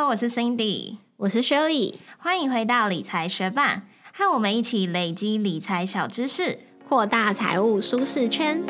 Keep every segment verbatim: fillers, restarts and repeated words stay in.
我是 Cindy， 我是 Shirley， 欢迎回到理财学霸，和我们一起累积理财小知识， 扩大财务舒适圈。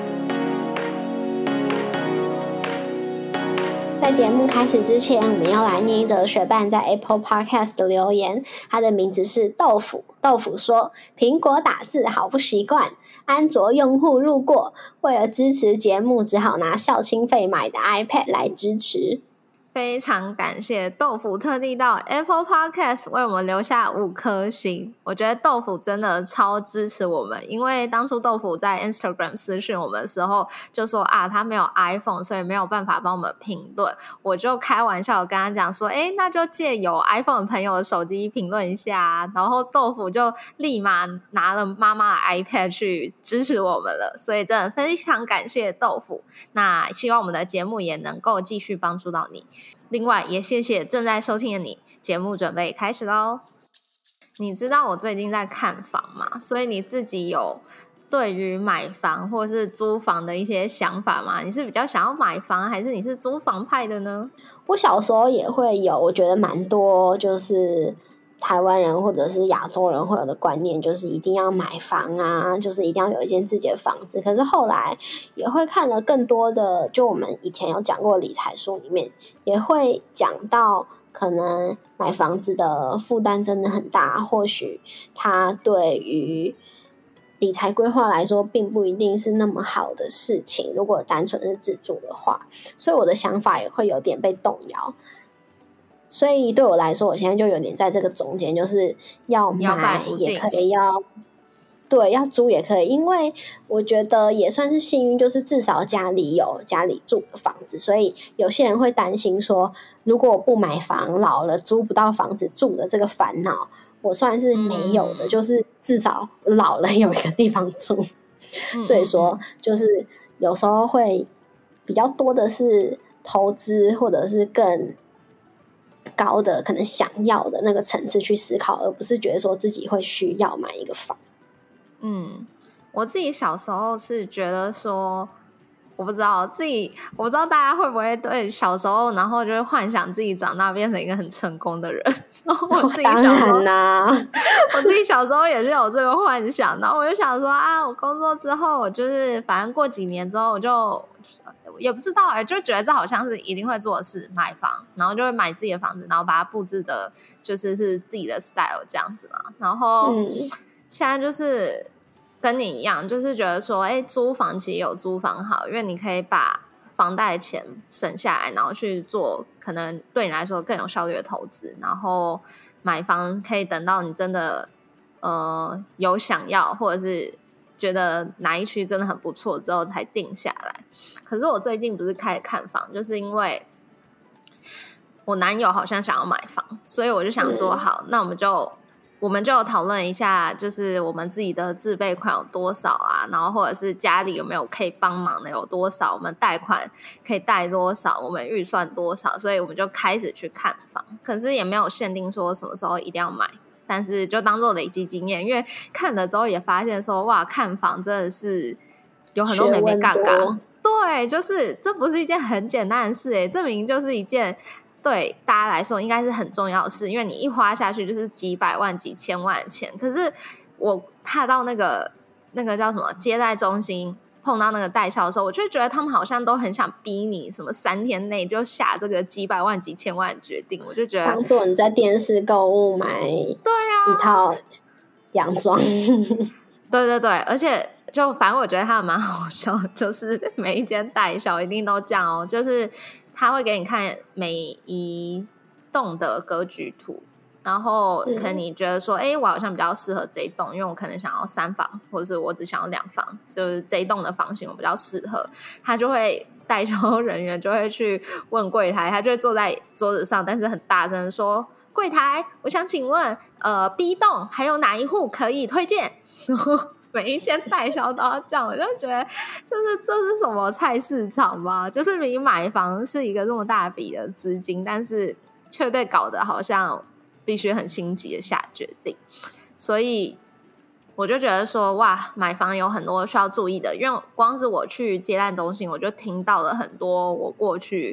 在节目开始之前，我们要来念一则学伴在 Apple Podcast 的留言，他的名字是豆腐。豆腐说：苹果打字好不习惯，安卓用户路过，为了支持节目，只好拿校庆费买的 iPad 来支持。 非常感谢豆腐特地到 Apple Podcast 为我们留下五颗星，我觉得豆腐真的超支持我们，因为当初豆腐在 Instagram 私讯我们的时候就说啊，他没有 iPhone 所以没有办法帮我们评论，我就开玩笑跟他讲说，诶那就借有 iPhone 的朋友的手机评论一下，然后豆腐就立马拿了妈妈的 iPad 去支持我们了，所以真的非常感谢豆腐，那希望我们的节目也能够继续帮助到你。另外也谢谢正在收听的你，节目准备开始咯。你知道我最近在看房吗？所以你自己有对于买房或是租房的一些想法吗？你是比较想要买房还是你是租房派的呢？ 我小时候也会有，我觉得蛮多就是台湾人或者是亚洲人会有的观念，就是一定要买房啊，就是一定要有一间自己的房子。可是后来也会看了更多的，就我们以前有讲过理财书里面也会讲到，可能买房子的负担真的很大，或许它对于理财规划来说并不一定是那么好的事情，如果单纯是自住的话，所以我的想法也会有点被动摇。所以对我来说，我现在就有点在这个中间，就是要买也可以，要对要租也可以，因为我觉得也算是幸运，就是至少家里有家里住的房子，所以有些人会担心说，如果我不买房，老了租不到房子住的这个烦恼，我算是没有的，嗯、就是至少老了有一个地方住。嗯、所以说，就是有时候会比较多的是投资，或者是更高的可能想要的那个层次去思考，而不是觉得说自己会需要买一个房。 嗯，我自己小时候是觉得说，我不知道自己，我不知道大家会不会对小时候，然后就会幻想自己长大变成一个很成功的人。然后我自己小时候， 当然啦， 我自己小时候也是有这个幻想，然后我就想说啊，我工作之后，我就是反正过几年之后，我就也不知道哎、欸，就觉得这好像是一定会做的事，买房，然后就会买自己的房子，然后把它布置的，就是是自己的 style 这样子嘛。然后现在就是跟你一样，就是觉得说，哎、欸，租房其实有租房好，因为你可以把房贷钱省下来，然后去做可能对你来说更有效率的投资，然后买房可以等到你真的呃有想要，或者是觉得哪一区真的很不错之后才定下来。可是我最近不是开始看房，就是因为我男友好像想要买房，所以我就想说好，那我们就我们就讨论一下，就是我们自己的自备款有多少啊，然后或者是家里有没有可以帮忙的有多少，我们贷款可以贷多少，我们预算多少，所以我们就开始去看房。可是也没有限定说什么时候一定要买，但是就当做累积经验，因为看了之后也发现说，哇，看房真的是有很多眉眉角角。对，就是这不是一件很简单的事耶，这明明就是一件对大家来说应该是很重要的事，因为你一花下去就是几百万几千万的钱。可是我踏到那个那个叫什么接待中心，碰到那个代销的时候，我就觉得他们好像都很想逼你什么三天内就下这个几百万几千万的决定，我就觉得当做你在电视购物买对啊一套洋装对对对，而且就反正我觉得他们蛮好笑，就是每一间代销一定都这样哦，就是他会给你看每一栋的格局图，然后可能你觉得说，哎、嗯，我好像比较适合这一栋，因为我可能想要三房，或者是我只想要两房，就是这一栋的房型我比较适合，他就会代销人员就会去问柜台，他就会坐在桌子上，但是很大声说，柜台，我想请问，呃 ，B 栋还有哪一户可以推荐？每一间代销都要这样，我就觉得，就是这是什么菜市场吗？就是你买房是一个这么大笔的资金，但是却被搞得好像必须很心急的下决定，所以我就觉得说，哇，买房有很多需要注意的，因为光是我去接待中心，我就听到了很多我过去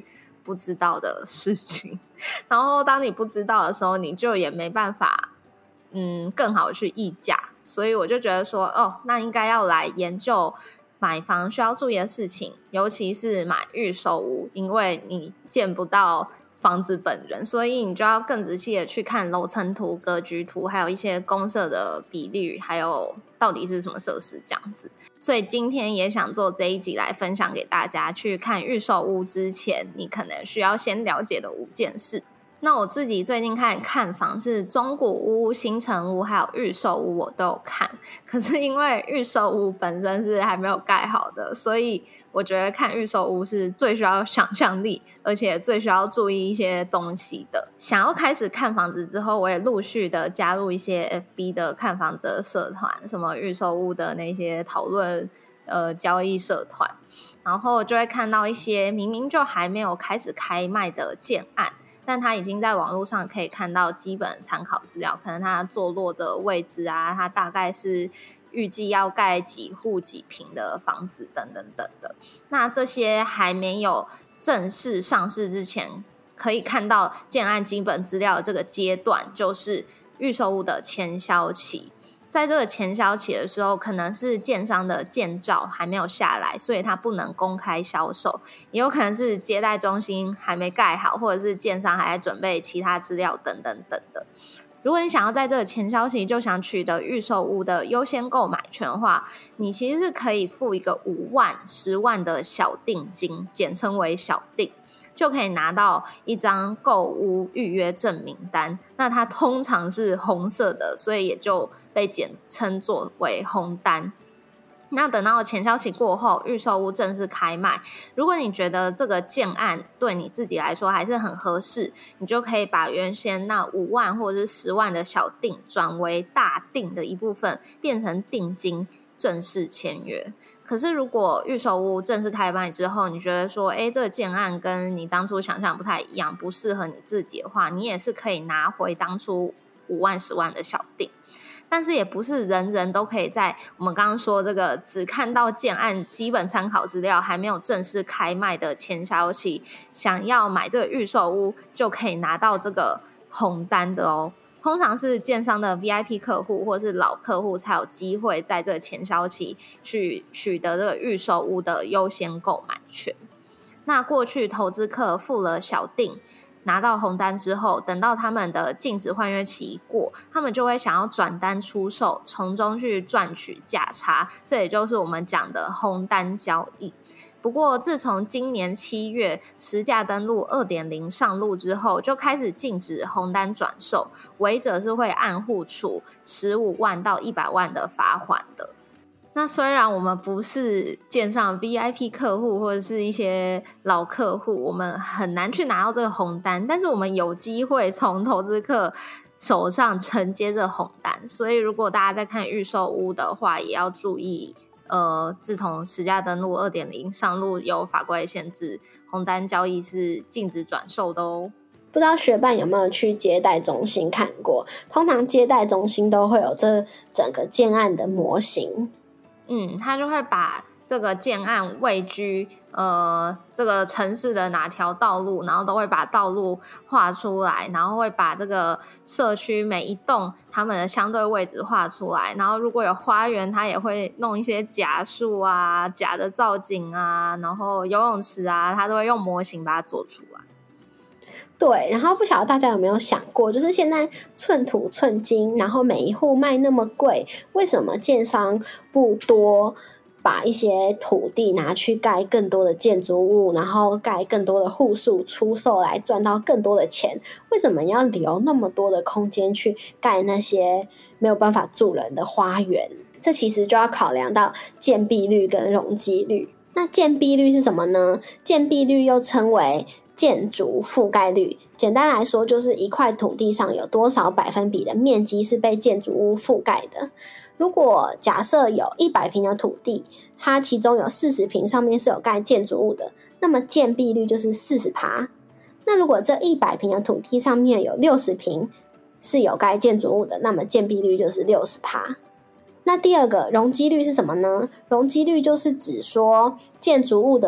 不知道的事情，然后当你不知道的时候，你就也没办法嗯更好去议价，所以我就觉得说哦，那应该要来研究买房需要注意的事情，尤其是买预售屋，因为你见不到房子本人，所以你就要更仔细的去看楼层图、格局图，还有一些公设的比率，还有到底是什么设施这样子。所以今天也想做这一集来分享给大家，去看预售屋之前你可能需要先了解的五件事。那我自己最近看看房是中古屋、新成屋还有预售屋我都有看，可是因为预售屋本身是还没有盖好的，所以我觉得看预售屋是最需要想象力，而且最需要注意一些东西的。想要开始看房子之后，我也陆续的加入一些 F B 的看房子的社团，什么预售屋的那些讨论呃交易社团，然后就会看到一些明明就还没有开始开卖的建案，但它已经在网络上可以看到基本参考资料，可能它坐落的位置啊，它大概是预计要盖几户几坪的房子等等等的。那这些还没有正式上市之前，可以看到建案基本资料的这个阶段，就是预售屋的签销期。在这个签销期的时候，可能是建商的建照还没有下来，所以它不能公开销售，也有可能是接待中心还没盖好，或者是建商还在准备其他资料等等等的。如果你想要在这个签销期就想取得预售屋的优先购买权的话，你其实是可以付一个五万、十万的小定金，简称为小定，就可以拿到一张购屋预约证明单。那它通常是红色的，所以也就被简称作为红单。那等到签销期过后，预售屋正式开卖，如果你觉得这个建案对你自己来说还是很合适，你就可以把原先那五万或者是十万的小定转为大定的一部分，变成定金，正式签约。可是如果预售屋正式开卖之后，你觉得说诶这个建案跟你当初想象不太一样，不适合你自己的话，你也是可以拿回当初五万十万的小定。但是也不是人人都可以在我们刚刚说这个只看到建案基本参考资料还没有正式开卖的签销期，想要买这个预售屋就可以拿到这个红单的哦。通常是建商的 V I P 客户或是老客户才有机会在这个签销期去取得这个预售屋的优先购买权。那过去投资客付了小定拿到红单之后，等到他们的禁止换约期一过，他们就会想要转单出售，从中去赚取价差，这也就是我们讲的红单交易。不过自从今年七月实价登录 二点零 上路之后，就开始禁止红单转售，违者是会按户处十五万到一百万的罚款的。那虽然我们不是建商 V I P 客户或者是一些老客户，我们很难去拿到这个红单，但是我们有机会从投资客手上承接这个红单。所以如果大家在看预售屋的话，也要注意呃，自从实价登录 二点零 上路，有法规限制红单交易是禁止转售的哦。 不知道学伴有没有去接待中心看过？通常接待中心都会有这整个建案的模型。 嗯，他就会把这个建案位居呃这个城市的哪条道路，然后都会把道路画出来，然后会把这个社区每一栋他们的相对位置画出来，然后如果有花园，他也会弄一些假树啊、假的造景啊，然后游泳池啊，他都会用模型把它做出来。 对，然后不晓得大家有没有想过，就是现在寸土寸金，然后每一户卖那么贵，为什么建商不多把一些土地拿去盖更多的建筑物，然后盖更多的户数出售来赚到更多的钱？为什么要留那么多的空间去盖那些没有办法住人的花园？这其实就要考量到建蔽率跟容积率。那建蔽率是什么呢？建蔽率又称为建筑覆盖率，简单来说就是一块土地上有多少百分比的面积是被建筑物覆盖的。如果假设有一百坪的土地，它其中有四十坪上面是有盖建筑物的，那么建蔽率就是 百分之四十。 那如果这一百坪的土地上面有六十坪是有盖建筑物的，那么建蔽率就是 百分之六十。 那第二个容积率是什么呢？容积率就是指说建筑物的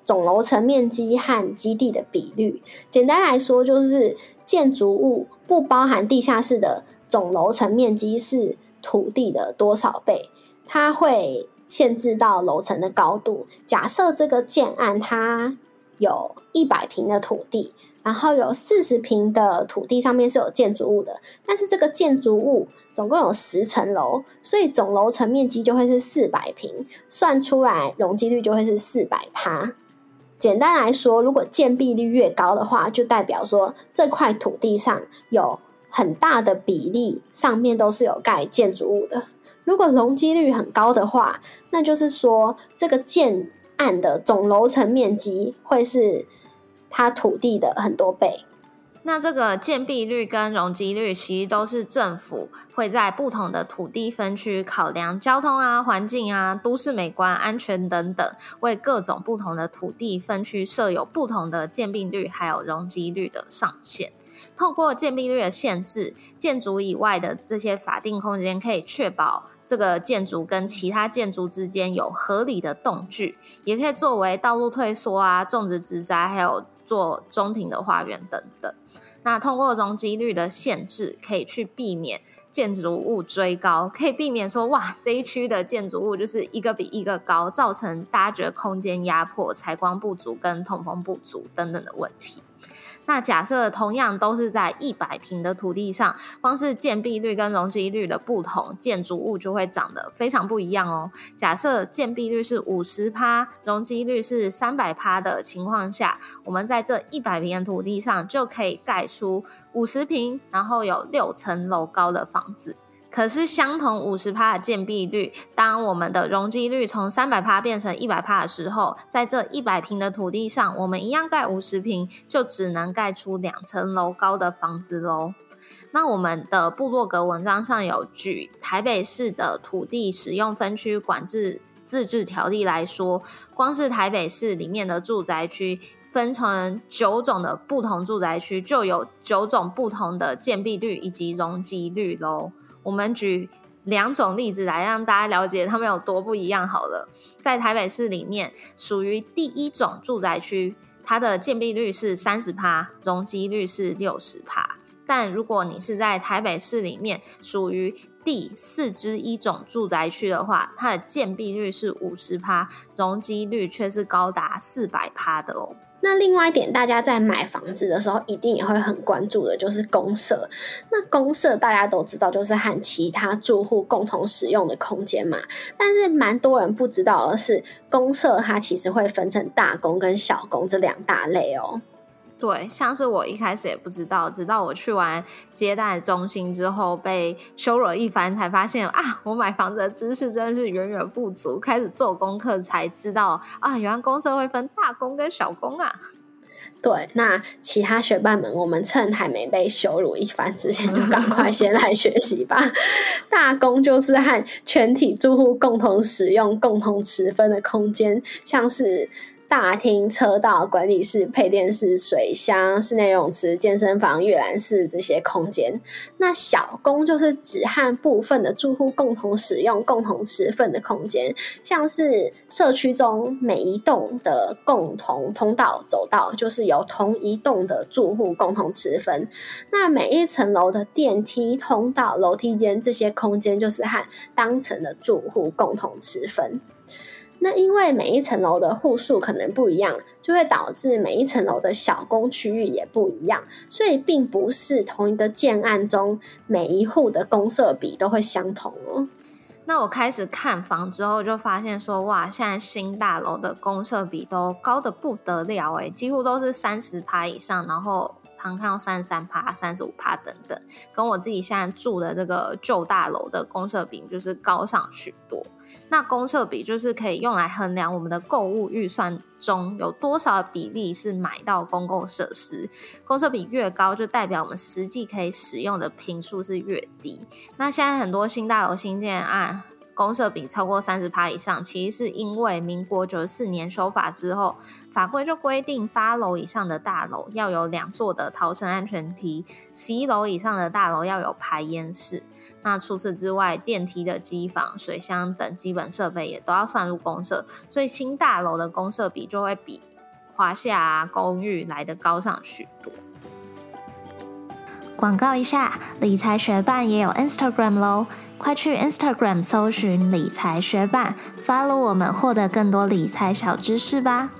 总楼层面积和基地的比率。简单来说，就是建筑物不包含地下室的总楼层面积是土地的多少倍，它会限制到楼层的高度。假设这个建案它有一百坪的土地，然后有四十坪的土地上面是有建筑物的，但是这个建筑物总共有十层楼，所以总楼层面积就会是四百坪，算出来容积率就会是 百分之四十。简单来说，如果建蔽率越高的话，就代表说这块土地上有很大的比例上面都是有盖建筑物的。如果容积率很高的话，那就是说这个建案的总楼层面积会是它土地的很多倍。 那这个建蔽率跟容积率其实都是政府会在不同的土地分区考量交通啊、环境啊、都市美观、安全等等，为各种不同的土地分区设有不同的建蔽率还有容积率的上限。透过建蔽率的限制，建筑以外的这些法定空间可以确保这个建筑跟其他建筑之间有合理的动距，也可以作为道路退缩啊、种植植栽，还有做中庭的花园等等。那通过容积率的限制，可以去避免建筑物追高，可以避免说哇这一区的建筑物就是一个比一个高，造成大家觉得空间压迫、采光不足跟通风不足等等的问题。那假设同样都是在一百坪的土地上，光是建蔽率跟容积率的不同，建筑物就会长得非常不一样哦。假设建蔽率是 百分之五十， 容积率是 百分之三百 的情况下，我们在这一百坪的土地上就可以盖出五十坪，然后有六层楼高的房子。可是相同 百分之五十 的建蔽率，当我们的容积率从 百分之三百 变成 百分之百 的时候，在这一百坪的土地上，我们一样盖五十坪，就只能盖出两层楼高的房子咯。那我们的部落格文章上有举台北市的土地使用分区管制自治条例来说，光是台北市里面的住宅区分成九种的不同住宅区，就有九种不同的建蔽率以及容积率咯。我们举两种例子来让大家了解它们有多不一样好了。在台北市里面，属于第一种住宅区，它的建蔽率是 百分之三十， 容积率是 百分之六十。 但如果你是在台北市里面属于第四之一种住宅区的话，它的建蔽率是 百分之五十， 容积率却是高达 百分之四百 的哦。 那另外一点，大家在买房子的时候一定也会很关注的就是公设。那公设大家都知道就是和其他住户共同使用的空间嘛，但是蛮多人不知道的是，公设它其实会分成大公跟小公这两大类哦。 对，像是我一开始也不知道，直到我去完接待中心之后被羞辱一番，才发现啊，我买房子的知识真的是远远不足，开始做功课才知道啊，原来公设会分大公跟小公啊。 对，那其他学伴们，我们趁还没被羞辱一番之前，就赶快先来学习吧。大公就是和全体住户共同使用、共同持分的空间，像是大厅、车道、管理室、配电室、水箱、室内游泳池、健身房、阅览室这些空间。那小公就是指和部分的住户共同使用、共同持分的空间，像是社区中每一栋的共同通道、走道，就是由同一栋的住户共同持分。那每一层楼的电梯、通道、楼梯间这些空间，就是和当层的住户共同持分。那因为每一层楼的户数可能不一样，就会导致每一层楼的小公区域也不一样，所以并不是同一个建案中每一户的公设比都会相同哦。 那我开始看房之后就发现说，哇，现在新大楼的公设比都高得不得了诶，几乎都是 百分之三十 以上，然后常看到 三十三、三十五 等等，跟我自己现在住的这个旧大楼的公设比就是高上许多。那公设比就是可以用来衡量我们的购物预算中有多少比例是买到公共设施，公设比越高就代表我们实际可以使用的坪数是越低。那现在很多新大楼新建案公设比超过 百分之三十 以上，其实是因为民国九十四年修法之后，法规就规定八楼以上的大楼要有两座的逃生安全梯，十一楼以上的大楼要有排烟室。那除此之外，电梯的机房、水箱等基本设备也都要算入公设，所以新大楼的公设比就会比华夏啊公寓来的高上许多。 广告一下，理财学伴也有 Instagram 咯，快去 Instagram 搜寻理财学伴 follow 我们，获得更多理财小知识吧。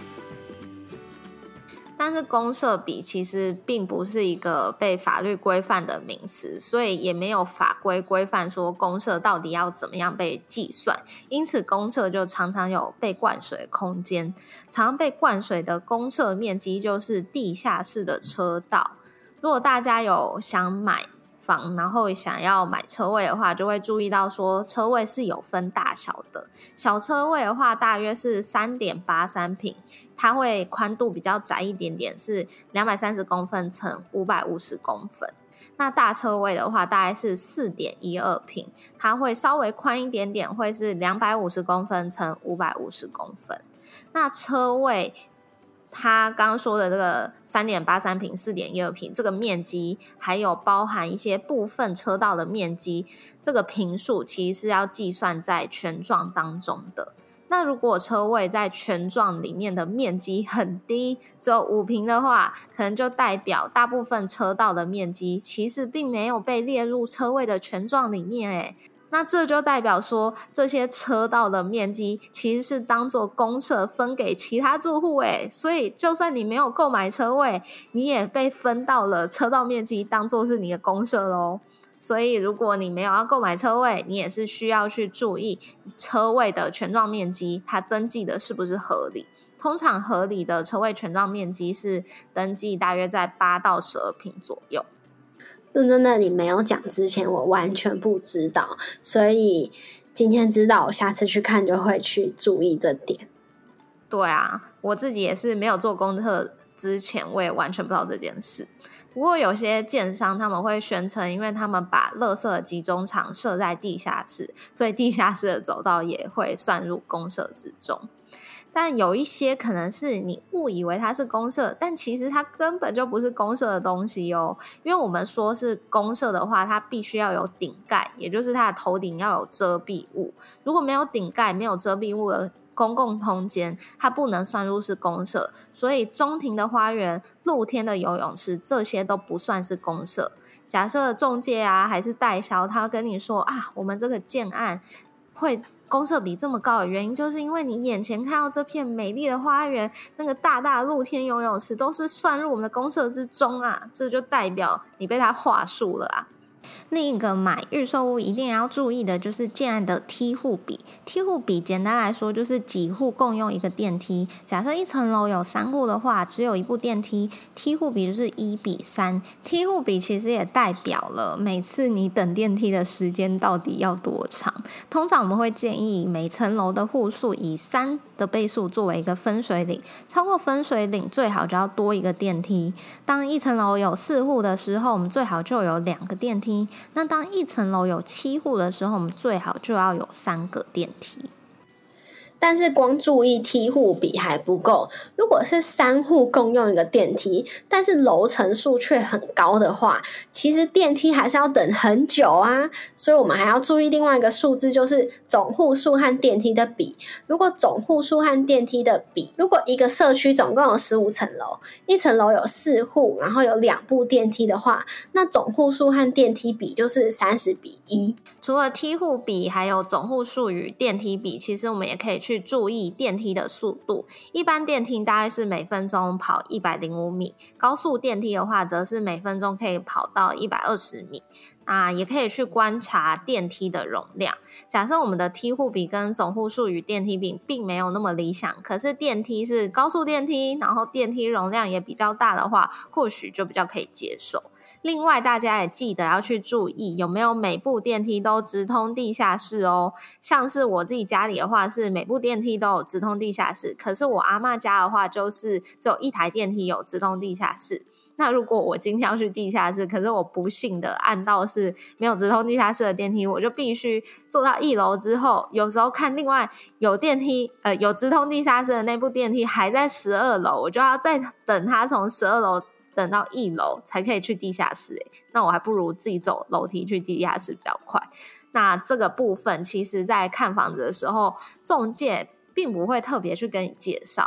但是公设比其实并不是一个被法律规范的名词，所以也没有法规规范说公设到底要怎么样被计算，因此公设就常常有被灌水的空间。常常被灌水的公设面积就是地下室的车道。如果大家有想买房，然后想要买车位的话，就会注意到说车位是有分大小的。小车位的话大约是 三点八三 坪，它会宽度比较窄一点点，是两百三十公分乘五百五十公分。那大车位的话大概是 四点一二 坪，它会稍微宽一点点，会是两百五十公分乘五百五十公分。那车位他刚刚说的这个 三点八三 坪 四点一二 坪这个面积，还有包含一些部分车道的面积，这个坪数其实是要计算在权状当中的。那如果车位在权状里面的面积很低，只有五坪的话，可能就代表大部分车道的面积其实并没有被列入车位的权状里面诶。那这就代表说这些车道的面积其实是当作公设分给其他住户诶，所以就算你没有购买车位，你也被分到了车道面积当作是你的公设咯。所以如果你没有要购买车位，你也是需要去注意车位的权状面积它登记的是不是合理。通常合理的车位权状面积是登记大约在八到十二坪左右。 认真的你没有讲之前我完全不知道，所以今天知道，我下次去看就会去注意这点。 对啊，我自己也是没有做功课之前我也完全不知道这件事。不过有些建商他们会宣称，因为他们把垃圾集中场设在地下室，所以地下室的走道也会算入公设之中。但有一些可能是你误以为它是公设，但其实它根本就不是公设的东西哦。因为我们说是公设的话，它必须要有顶盖，也就是它的头顶要有遮蔽物。如果没有顶盖，没有遮蔽物的公共空间，它不能算入是公设。所以中庭的花园、露天的游泳池，这些都不算是公设。假设仲介啊还是代销，他跟你说啊，我们这个建案会公设比这么高的原因，就是因为你眼前看到这片美丽的花园，那个大大的露天游泳池都是算入我们的公设之中啊，这就代表你被他话术了啊。 另一个买预售屋一定要注意的就是建案的梯户比。梯户比简单来说就是几户共用一个电梯。假设一层楼有三户的话，只有一部电梯，梯户比就是一比三。梯户比其实也代表了每次你等电梯的时间到底要多长。通常我们会建议每层楼的户数以三的倍数作为一个分水岭，超过分水岭最好就要多一个电梯。当一层楼有四户的时候，我们最好就有两个电梯。那当一层楼有七户的时候，我们最好就要有三个电梯。 但是光注意梯户比还不够，如果是三户共用一个电梯，但是楼层数却很高的话，其实电梯还是要等很久啊。所以我们还要注意另外一个数字，就是总户数和电梯的比。如果总户数和电梯的比，如果一个社区总共有十五层楼，一层楼有四户，然后有两部电梯的话，那总户数和电梯比就是三十比一。 除了梯户比还有总户数与电梯比，其实我们也可以去注意电梯的速度。一般电梯大概是每分钟跑一百零五米，高速电梯的话则是每分钟可以跑到一百二十米。啊，也可以去观察电梯的容量。假设我们的梯户比跟总户数与电梯比并没有那么理想，可是电梯是高速电梯，然后电梯容量也比较大的话，或许就比较可以接受。另外大家也记得要去注意有没有每部电梯都直通地下室哦。像是我自己家里的话是每部电梯都有直通地下室，可是我阿嬷家的话就是只有一台电梯有直通地下室。那如果我今天要去地下室，可是我不幸的按到是没有直通地下室的电梯，我就必须坐到一楼之后，有时候看另外有电梯呃有直通地下室的那部电梯还在十二楼，我就要再等它从十二楼等到一楼才可以去地下室、欸、那我还不如自己走楼梯去地下室比较快。那这个部分其实在看房子的时候，仲介并不会特别去跟你介绍，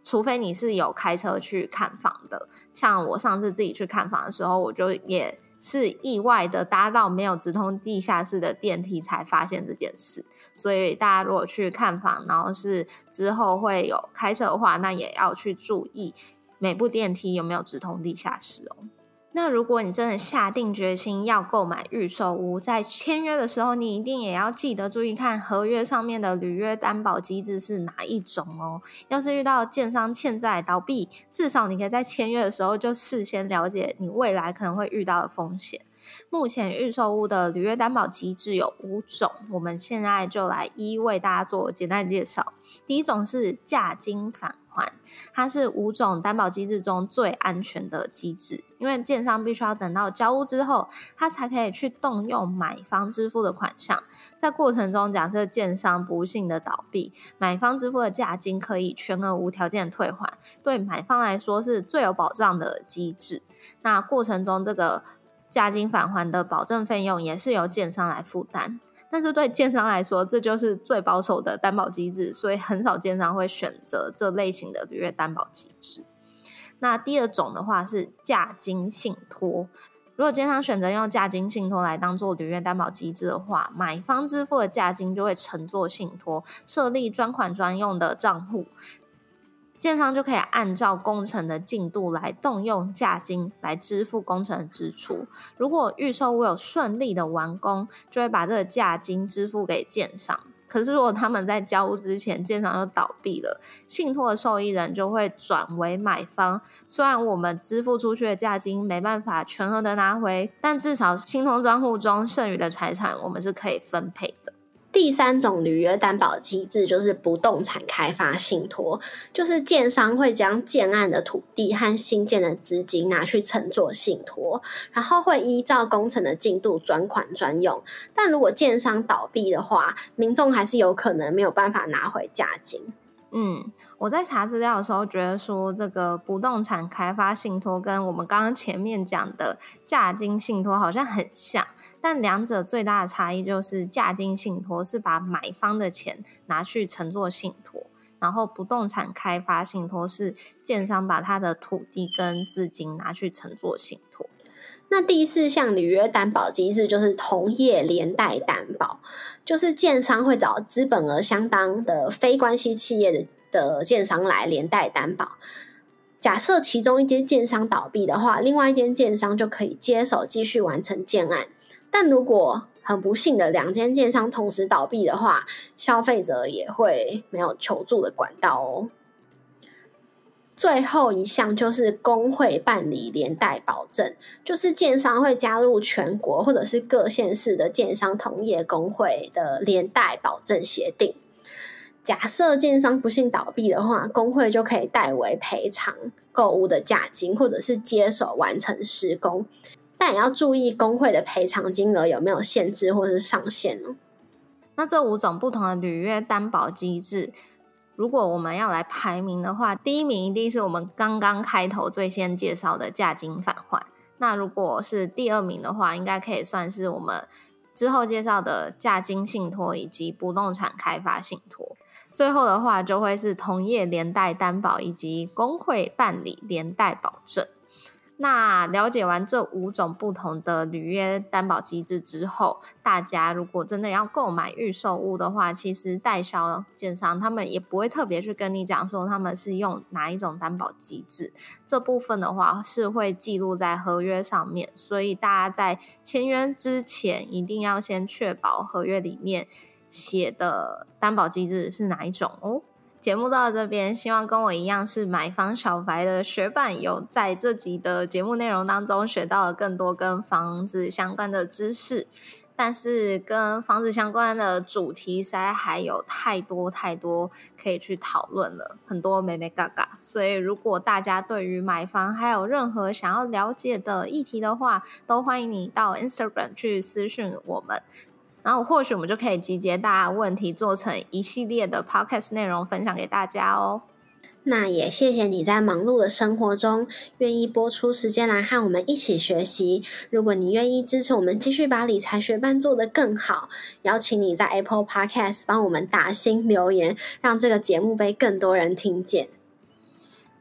除非你是有开车去看房的，像我上次自己去看房的时候，我就也是意外的搭到没有直通地下室的电梯才发现这件事。所以大家如果去看房，然后是之后会有开车的话，那也要去注意每部电梯有没有直通地下室哦。那如果你真的下定决心要购买预售屋，在签约的时候，你一定也要记得注意看合约上面的履约担保机制是哪一种哦。要是遇到建商欠债倒闭，至少你可以在签约的时候就事先了解你未来可能会遇到的风险。目前预售屋的履约担保机制有五种，我们现在就来一一为大家做简单的介绍。第一种是价金返还，它是五种担保机制中最安全的机制，因为建商必须要等到交屋之后，他才可以去动用买方支付的款项。在过程中，假设建商不幸的倒闭，买方支付的价金可以全额无条件退还，对买方来说是最有保障的机制。那过程中这个价金返还的保证费用也是由建商来负担，但是对建商来说，这就是最保守的担保机制，所以很少建商会选择这类型的履约担保机制。那第二种的话是价金信托，如果建商选择用价金信托来当做履约担保机制的话，买方支付的价金就会承做信托，设立专款专用的账户，建商就可以按照工程的进度来动用价金来支付工程的支出。如果预售屋有顺利的完工，就会把这个价金支付给建商。可是如果他们在交屋之前建商就倒闭了，信托的受益人就会转为买方。虽然我们支付出去的价金没办法全额的拿回，但至少信托账户中剩余的财产我们是可以分配的。 第三种履约担保机制就是不动产开发信托，就是建商会将建案的土地和新建的资金拿去承做信托，然后会依照工程的进度专款专用。但如果建商倒闭的话，民众还是有可能没有办法拿回价金。 嗯，我在查资料的时候觉得说，这个不动产开发信托跟我们刚刚前面讲的价金信托好像很像，但两者最大的差异就是价金信托是把买方的钱拿去承做信托，然后不动产开发信托是建商把他的土地跟资金拿去承做信托。 那第四项履约担保机制就是同业连带担保，就是建商会找资本额相当的非关系企业的的建商来连带担保。假设其中一间建商倒闭的话，另外一间建商就可以接手继续完成建案。但如果很不幸的两间建商同时倒闭的话，消费者也会没有求助的管道哦。最后一项就是工会办理连带保证，就是建商会加入全国或者是各县市的建商同业工会的连带保证协定。假设建商不幸倒闭的话，工会就可以代为赔偿购屋的价金，或者是接手完成施工。但也要注意工会的赔偿金额有没有限制或是上限哦。 那这五种不同的履约担保机制，如果我们要来排名的话，第一名一定是我们刚刚开头最先介绍的价金返还。那如果是第二名的话，应该可以算是我们之后介绍的价金信托以及不动产开发信托。最后的话就会是同业连带担保以及工会办理连带保证。那了解完这五种不同的履约担保机制之后，大家如果真的要购买预售屋的话，其实代销建商他们也不会特别去跟你讲说他们是用哪一种担保机制，这部分的话是会记录在合约上面，所以大家在签约之前一定要先确保合约里面写的担保机制是哪一种哦。节目到这边，希望跟我一样是买房小白的学伴有在这集的节目内容当中学到了更多跟房子相关的知识，但是跟房子相关的主题实在还有太多太多可以去讨论了，很多眉眉角角，所以如果大家对于买房还有任何想要了解的议题的话，都欢迎你到 Instagram 去私讯我们，然后或许我们就可以集结大家的问题做成一系列的 podcast 内容分享给大家哦。 那也谢谢你在忙碌的生活中愿意播出时间来和我们一起学习。如果你愿意支持我们继续把理财学伴做得更好，邀请你在 Apple Podcast 帮我们打星留言，让这个节目被更多人听见。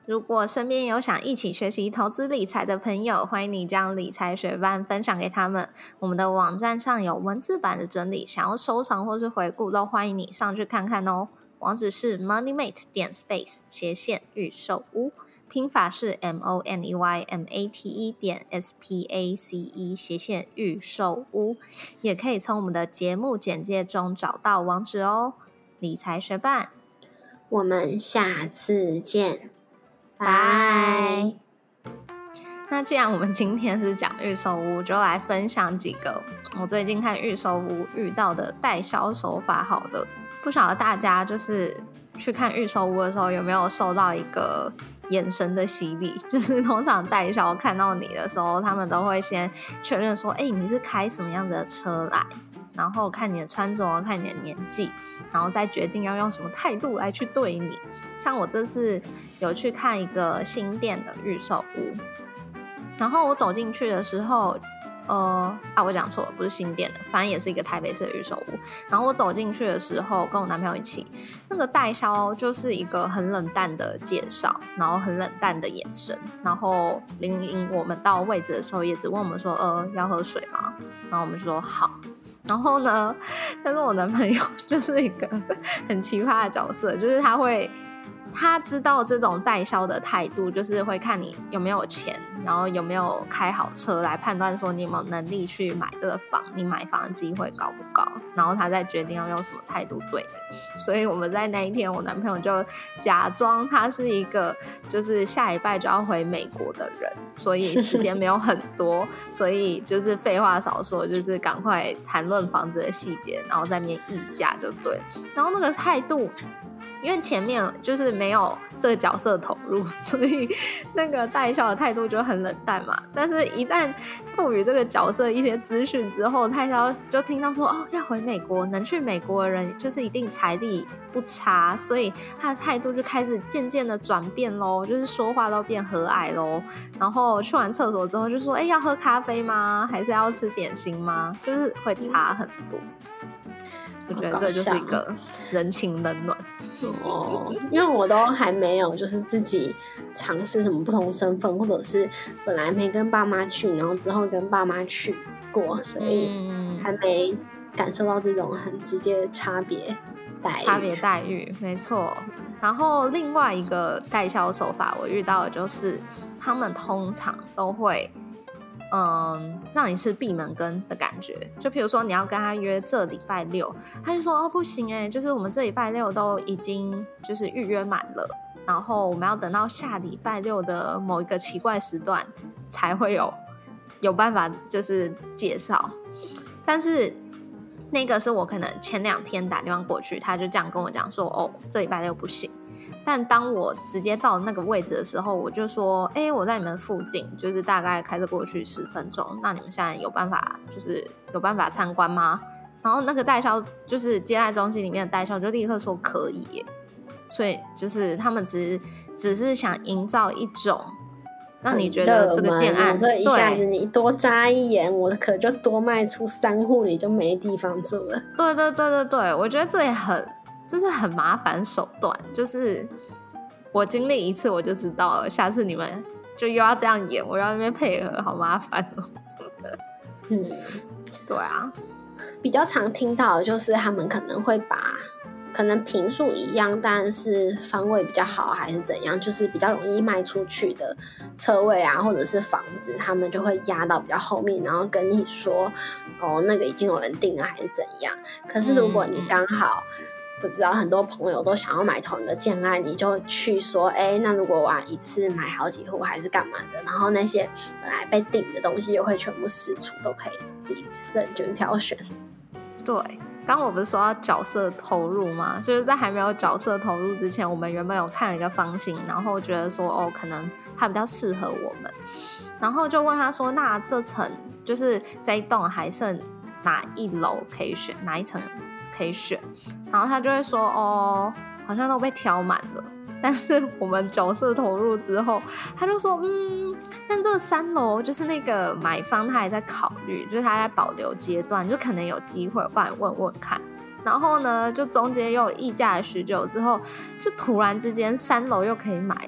如果身边有想一起学习投资理财的朋友，欢迎你将理财学伴分享给他们。我们的网站上有文字版的整理，想要收藏或是回顾都欢迎你上去看看哦。网址是 moneymate 点 space 斜线预售屋，拼法是 m o n e y m a t e 点 s p a c e 斜线预售屋，也可以从我们的节目简介中找到网址哦。理财学伴， 我们下次见， 拜。那既然我们今天是讲预售屋，就来分享几个我最近看预售屋遇到的代销手法。好的，不晓得大家就是去看预售屋的时候有没有受到一个眼神的洗礼，就是通常代销看到你的时候，他们都会先确认说，哎、欸，你是开什么样的车来，然后看你的穿着，看你的年纪，然后再决定要用什么态度来去对你。像我这次有去看一个新店的预售屋，然后我走进去的时候，呃啊，我讲错了，不是新店的，反正也是一个台北市的预售屋。然后我走进去的时候，跟我男朋友一起，那个代销就是一个很冷淡的介绍，然后很冷淡的眼神，然后领引我们到位置的时候，也只问我们说，呃，要喝水吗？然后我们就说好。然后呢，但是我男朋友就是一个很奇葩的角色，就是他会。他知道这种代销的态度，就是会看你有没有钱，然后有没有开好车来判断说你有没有能力去买这个房，你买房的机会高不高，然后他再决定要用什么态度对你。所以我们在那一天，我男朋友就假装他是一个就是下礼拜就要回美国的人，所以时间没有很多，所以就是废话少说，就是赶快谈论房子的细节，然后在那边议价就对。然后那个态度。因为前面就是没有这个角色投入，所以那个代销的态度就很冷淡嘛。但是一旦赋予这个角色一些资讯之后，代销就听到说哦要回美国，能去美国的人就是一定财力不差，所以他的态度就开始渐渐的转变咯，就是说话都变和蔼咯。然后去完厕所之后就说，哎，要喝咖啡吗？还是要吃点心吗？就是会差很多。我觉得这就是一个人情冷暖哦，因为我都还没有就是自己尝试什么不同身份，或者是本来没跟爸妈去，然后之后跟爸妈去过，所以还没感受到这种很直接的差别待遇。 差别待遇，没错。然后另外一个代销手法，我遇到的就是他们通常都会。嗯，让你是闭门羹的感觉。就比如说你要跟他约这礼拜六，他就说哦不行哎、欸，就是我们这礼拜六都已经就是预约满了，然后我们要等到下礼拜六的某一个奇怪时段才会有有办法就是介绍。但是那个是我可能前两天打电话过去，他就这样跟我讲说哦这礼拜六不行。但当我直接到那个位置的时候，我就说，哎、欸，我在你们附近，就是大概开车过去十分钟。那你们现在有办法，就是有办法参观吗？然后那个代销，就是接待中心里面的代销，就立刻说可以耶。所以就是他们只只是想营造一种让你觉得这个建案， 这一下子你多眨一眼，我可就多卖出三户，你就没地方住了。 对对对对对，我觉得这也很。就是很麻烦手段，就是我经历一次我就知道了，下次你们就又要这样演，我要那边配合，好麻烦哦。 嗯， 对啊， 比较常听到的就是他们可能会把可能坪数一样，但是方位比较好还是怎样，就是比较容易卖出去的车位啊，或者是房子，他们就会压到比较后面，然后跟你说哦那个已经有人订了还是怎样。可是如果你刚好、嗯不知道很多朋友都想要买同一个建案，你就去说，哎，那如果我要一次买好几户还是干嘛的，然后那些本来被订的东西又会全部释出，都可以自己任君挑选。 对，刚我不是说要角色投入吗？就是在还没有角色投入之前，我们原本有看一个房型，然后觉得说，哦，可能它比较适合我们，然后就问他说，那这层就是这一栋还剩哪一楼可以选，哪一层可以选，然后他就会说哦好像都被挑满了。但是我们角色投入之后，他就说嗯但这三楼就是那个买方他还在考虑，就是他在保留阶段，就可能有机会，不然问问看。然后呢就中间又有议价了许久之后，就突然之间三楼又可以买的，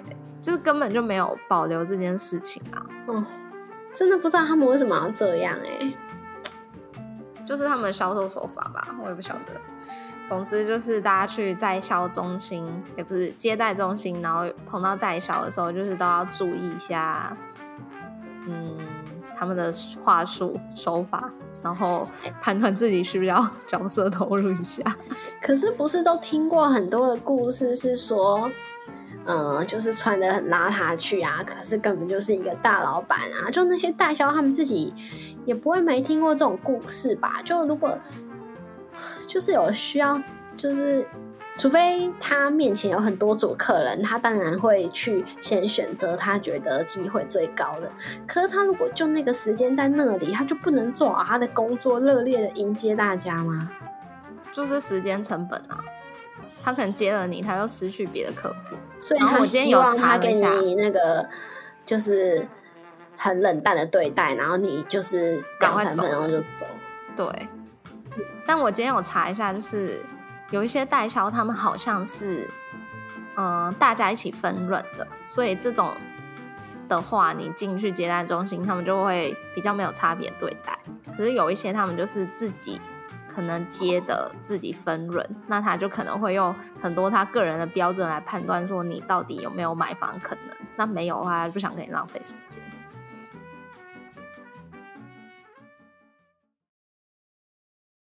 就是根本就没有保留这件事情啊。 哦，真的不知道他们为什么要这样哎、欸， 就是他们的销售手法吧，我也不晓得。总之就是大家去代销中心，也不是接待中心，然后碰到代销的时候，就是都要注意一下，嗯，他们的话术手法，然后判断自己需不需要角色投入一下。 可是不是都听过很多的故事，是说，呃，就是穿得很邋遢去啊，可是根本就是一个大老板啊。就那些代销他们自己也不会没听过这种故事吧？就如果就是有需要，就是除非他面前有很多组客人，他当然会去先选择他觉得机会最高的。可是他如果就那个时间在那里，他就不能做好他的工作，热烈的迎接大家吗？ 就是时间成本啊，他可能接了你，他又失去别的客户。 所以他希望他给你那个就是很冷淡的对待，然后你就是两三分钟就走。 对，但我今天有查一下，就是有一些代销他们好像是嗯、呃、大家一起分润的，所以这种的话你进去接待中心他们就会比较没有差别对待。可是有一些他们就是自己可能接的自己分润，那他就可能会用很多他个人的标准来判断说你到底有没有买房可能，那没有的话就不想跟你浪费时间。